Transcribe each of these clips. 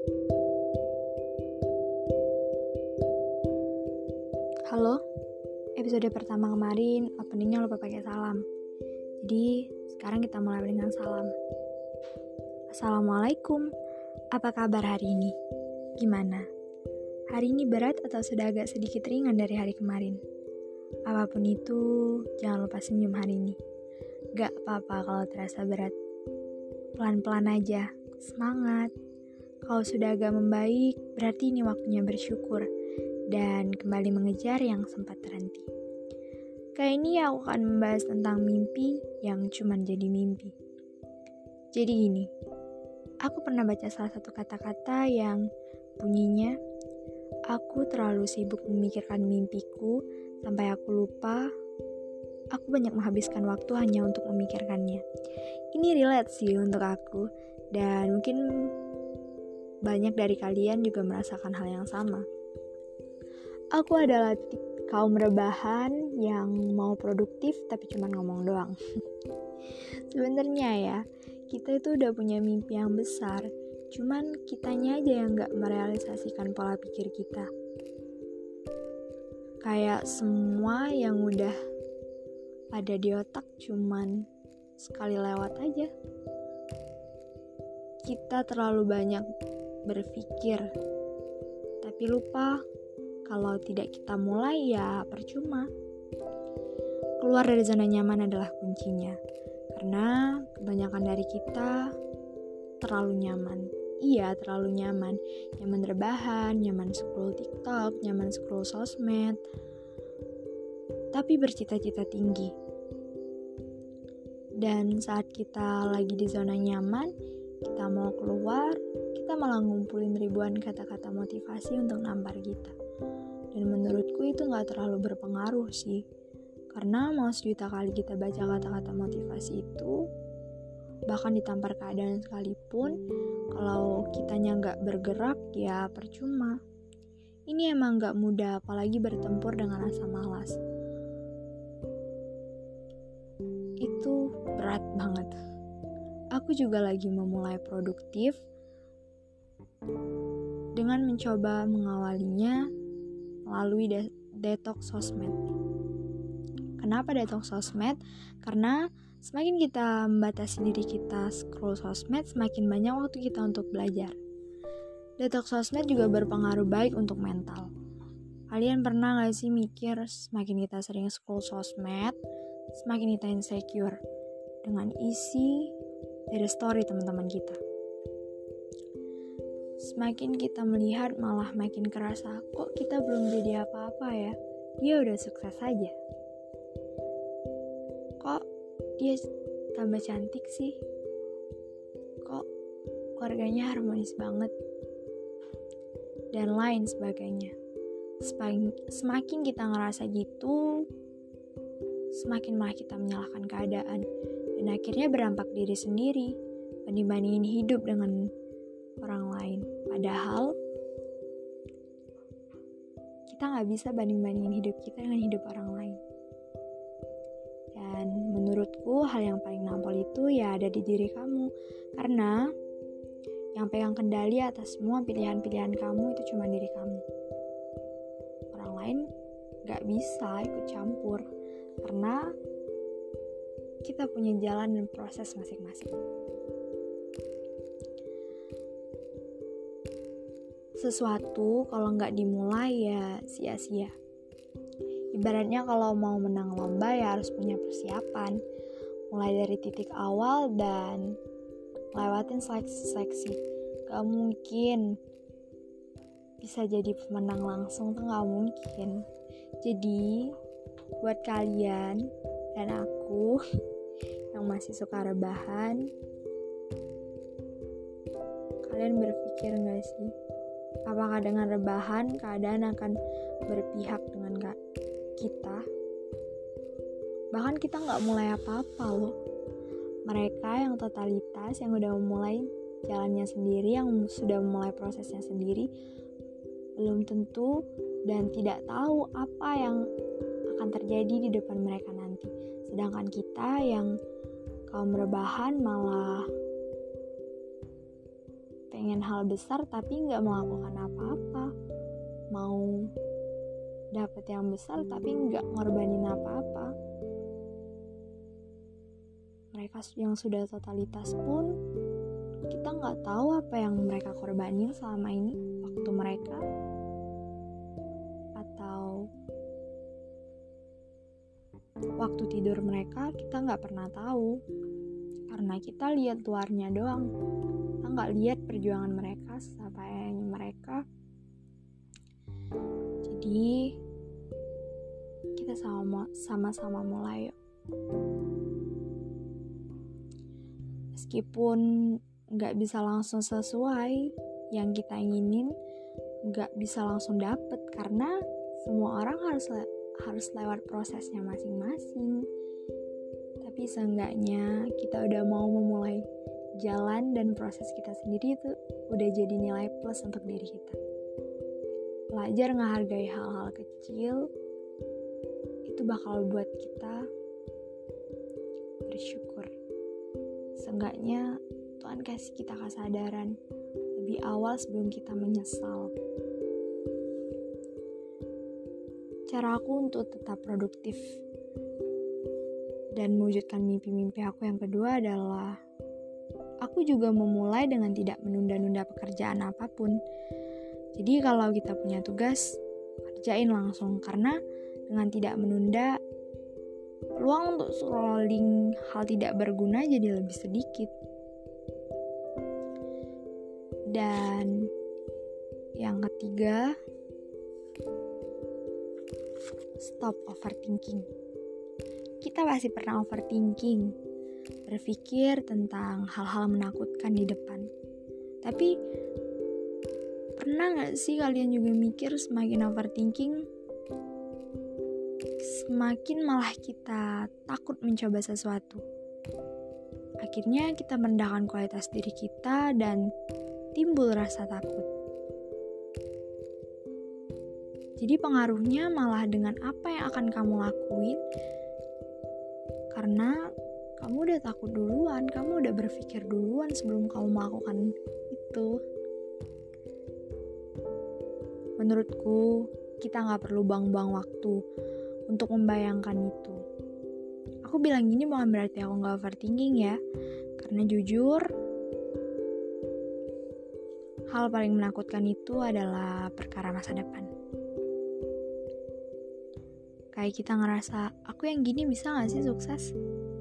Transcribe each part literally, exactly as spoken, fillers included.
Halo, episode pertama kemarin openingnya lupa pakai salam. Jadi sekarang kita mulai dengan salam. Assalamualaikum, apa kabar hari ini? Gimana? Hari ini berat atau sudah agak sedikit ringan dari hari kemarin? Apapun itu, jangan lupa senyum hari ini. Gak apa-apa kalau terasa berat. Pelan-pelan aja, semangat. Kalau sudah agak membaik, berarti ini waktunya bersyukur dan kembali mengejar yang sempat terhenti. Kali ini aku akan membahas tentang mimpi yang cuma jadi mimpi. Jadi gini, aku pernah baca salah satu kata-kata yang bunyinya, aku terlalu sibuk memikirkan mimpiku sampai aku lupa aku banyak menghabiskan waktu hanya untuk memikirkannya. Ini relate sih untuk aku, dan mungkin banyak dari kalian juga merasakan hal yang sama. Aku adalah kaum rebahan yang mau produktif tapi cuma ngomong doang. Sebenarnya ya, kita itu udah punya mimpi yang besar, cuman kitanya aja yang gak merealisasikan pola pikir kita. Kayak semua yang udah ada di otak cuman sekali lewat aja. Kita terlalu banyak berpikir, tapi lupa kalau tidak kita mulai ya percuma. Keluar dari zona nyaman adalah kuncinya, karena kebanyakan dari kita terlalu nyaman. Iya, terlalu nyaman. Nyaman rebahan, nyaman scroll TikTok, nyaman scroll sosmed, tapi bercita-cita tinggi. Dan saat kita lagi di zona nyaman, kita mau keluar, kita malah ngumpulin ribuan kata-kata motivasi untuk nampar kita. Dan menurutku itu gak terlalu berpengaruh sih. Karena mau sejuta kali kita baca kata-kata motivasi itu, bahkan ditampar keadaan sekalipun, kalau kitanya gak bergerak ya percuma. Ini emang gak mudah, apalagi bertempur dengan rasa malas. Itu berat banget. Aku juga lagi memulai produktif dengan mencoba mengawalinya melalui de- detox sosmed. Kenapa detox sosmed? Karena semakin kita membatasi diri kita scroll sosmed, semakin banyak waktu kita untuk belajar. Detox sosmed juga berpengaruh baik untuk mental. Kalian pernah gak sih mikir semakin kita sering scroll sosmed, semakin kita insecure dengan isi dari story teman-teman kita. Semakin kita melihat malah makin kerasa, kok kita belum jadi apa-apa ya? Dia udah sukses aja. Kok dia tambah cantik sih? Kok keluarganya harmonis banget? Dan lain sebagainya. Semakin kita ngerasa gitu, semakin malah kita menyalahkan keadaan. Dan akhirnya berdampak diri sendiri, banding-bandingin hidup dengan orang lain. Padahal kita gak bisa banding-bandingin hidup kita dengan hidup orang lain. Dan menurutku hal yang paling nampol itu ya ada di diri kamu. Karena yang pegang kendali atas semua pilihan-pilihan kamu itu cuma diri kamu. Orang lain gak bisa ikut campur, karena kita punya jalan dan proses masing-masing. Sesuatu kalau nggak dimulai ya sia-sia. Ibaratnya kalau mau menang lomba ya harus punya persiapan. Mulai dari titik awal dan lewatin seleksi-seleksi. Gak mungkin bisa jadi pemenang langsung, tuh gak mungkin. Jadi buat kalian dan aku yang masih suka rebahan, kalian berpikir gak sih, apakah dengan rebahan keadaan akan berpihak dengan gak kita? Bahkan kita gak mulai apa-apa loh. Mereka yang totalitas, yang udah memulai jalannya sendiri, yang sudah memulai prosesnya sendiri, belum tentu dan tidak tahu apa yang akan terjadi di depan mereka nanti. Sedangkan kita yang kaum rebahan malah pengen hal besar tapi nggak melakukan apa-apa, mau dapet yang besar tapi nggak ngorbanin apa-apa. Mereka yang sudah totalitas pun kita nggak tahu apa yang mereka korbanin selama ini, waktu mereka atau waktu tidur mereka kita nggak pernah tahu, karena kita lihat luarnya doang, kita nggak lihat perjuangan mereka sampai mereka. Jadi kita sama sama-sama mulai yuk. Meskipun gak bisa langsung sesuai yang kita inginin, gak bisa langsung dapet, karena semua orang harus le- harus lewat prosesnya masing-masing. Tapi seenggaknya kita udah mau memulai jalan, dan proses kita sendiri itu udah jadi nilai plus untuk diri kita. Belajar ngehargai hal-hal kecil itu bakal buat kita bersyukur. Seenggaknya Tuhan kasih kita kesadaran lebih awal sebelum kita menyesal. Cara aku untuk tetap produktif dan mewujudkan mimpi-mimpi aku yang kedua adalah aku juga memulai dengan tidak menunda-nunda pekerjaan apapun. Jadi kalau kita punya tugas, kerjain langsung, karena dengan tidak menunda, peluang untuk scrolling hal tidak berguna jadi lebih sedikit. Dan yang ketiga, stop overthinking. Kita pasti pernah overthinking, berpikir tentang hal-hal menakutkan di depan. Tapi pernah gak sih kalian juga mikir semakin overthinking, semakin malah kita takut mencoba sesuatu. Akhirnya kita merendahkan kualitas diri kita dan timbul rasa takut. Jadi pengaruhnya malah dengan apa yang akan kamu lakuin, karena kamu udah takut duluan, kamu udah berpikir duluan sebelum kamu melakukan itu. Menurutku, kita gak perlu buang-buang waktu untuk membayangkan itu. Aku bilang gini bukan berarti aku gak overthinking ya, karena jujur, hal paling menakutkan itu adalah perkara masa depan. Kayak kita ngerasa, aku yang gini bisa gak sih sukses?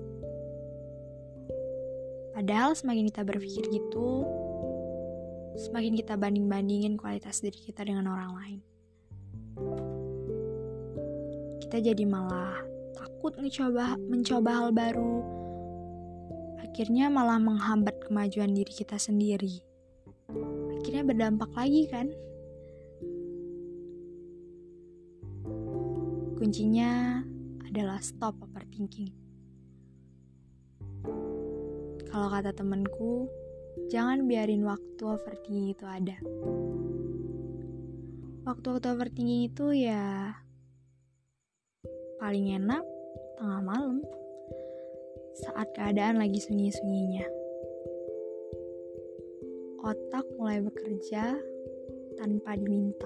Padahal semakin kita berpikir gitu, semakin kita banding-bandingin kualitas diri kita dengan orang lain. Kita jadi malah takut mencoba, mencoba hal baru. Akhirnya malah menghambat kemajuan diri kita sendiri. Akhirnya berdampak lagi kan? Kuncinya adalah stop overthinking. Kalau kata temanku, jangan biarin waktu overthinking itu ada. Waktu-waktu overthinking itu ya paling enak tengah malam, saat keadaan lagi sunyi-sunyinya. Otak mulai bekerja tanpa diminta.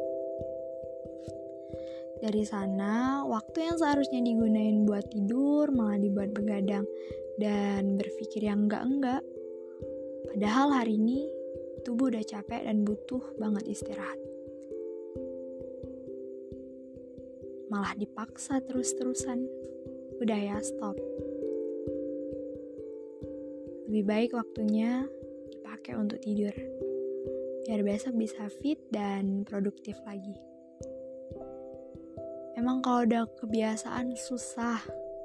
Dari sana, waktu yang seharusnya digunain buat tidur malah dibuat begadang dan berpikir yang enggak-enggak. Padahal hari ini tubuh udah capek dan butuh banget istirahat. Malah dipaksa terus-terusan. Udah ya, stop. Lebih baik waktunya dipakai untuk tidur, biar besok bisa fit dan produktif lagi. Emang kalau udah kebiasaan susah,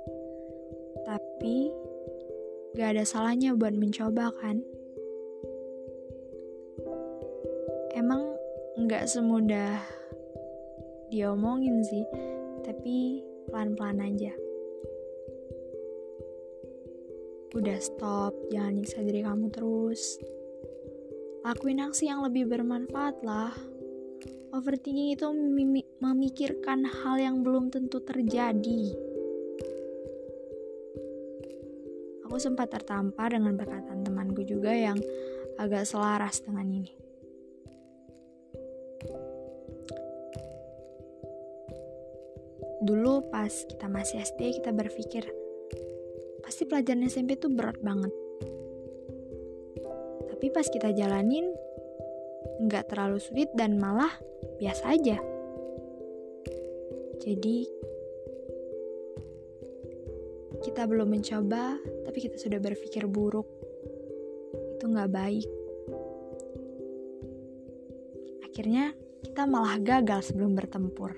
tapi gak ada salahnya buat mencoba kan? Emang gak semudah diomongin sih, tapi pelan-pelan aja. Udah stop, jangan nyiksa diri kamu terus. Lakuin aksi yang lebih bermanfaat lah. Overthinking itu mimi- memikirkan hal yang belum tentu terjadi. Aku sempat tertampar dengan perkataan temanku juga yang agak selaras dengan ini. Dulu pas kita masih S D, kita berpikir pasti pelajaran S M P itu berat banget. Tapi pas kita jalanin, nggak terlalu sulit dan malah biasa aja. Jadi kita belum mencoba, tapi kita sudah berpikir buruk. Itu nggak baik. Akhirnya kita malah gagal sebelum bertempur.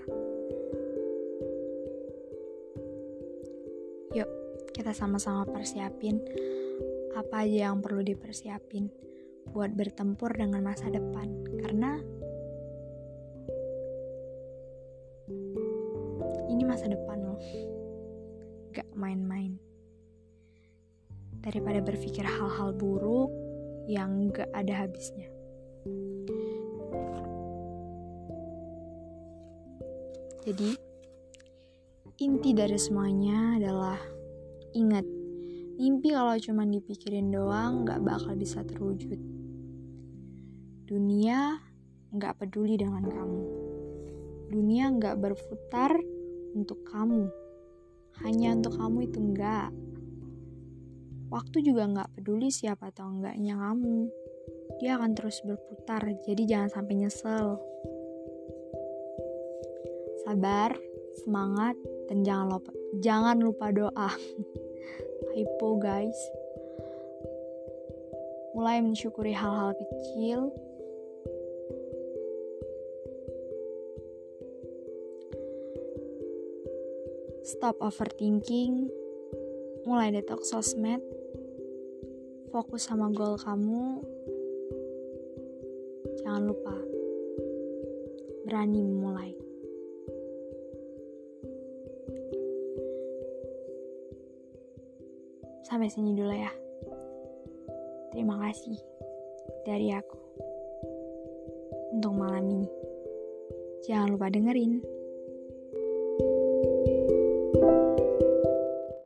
Yuk, kita sama-sama persiapin apa aja yang perlu dipersiapin buat bertempur dengan masa depan. Karena ini masa depan loh, gak main-main. Daripada berpikir hal-hal buruk yang gak ada habisnya. Jadi, inti dari semuanya adalah ingat, mimpi kalau cuma dipikirin doang gak bakal bisa terwujud. Dunia gak peduli dengan kamu. Dunia gak berputar untuk kamu. Hanya untuk kamu itu enggak. Waktu juga gak peduli siapa atau enggaknya kamu. Dia akan terus berputar, jadi jangan sampai nyesel. Sabar, semangat, dan jangan lupa, jangan lupa doa. Hypo guys. Mulai mensyukuri hal-hal kecil. Stop overthinking. Mulai detox sosmed. Fokus sama goal kamu. Jangan lupa berani memulai. Sampai sini dulu ya. Terima kasih dari aku untuk malam ini. Jangan lupa dengerin.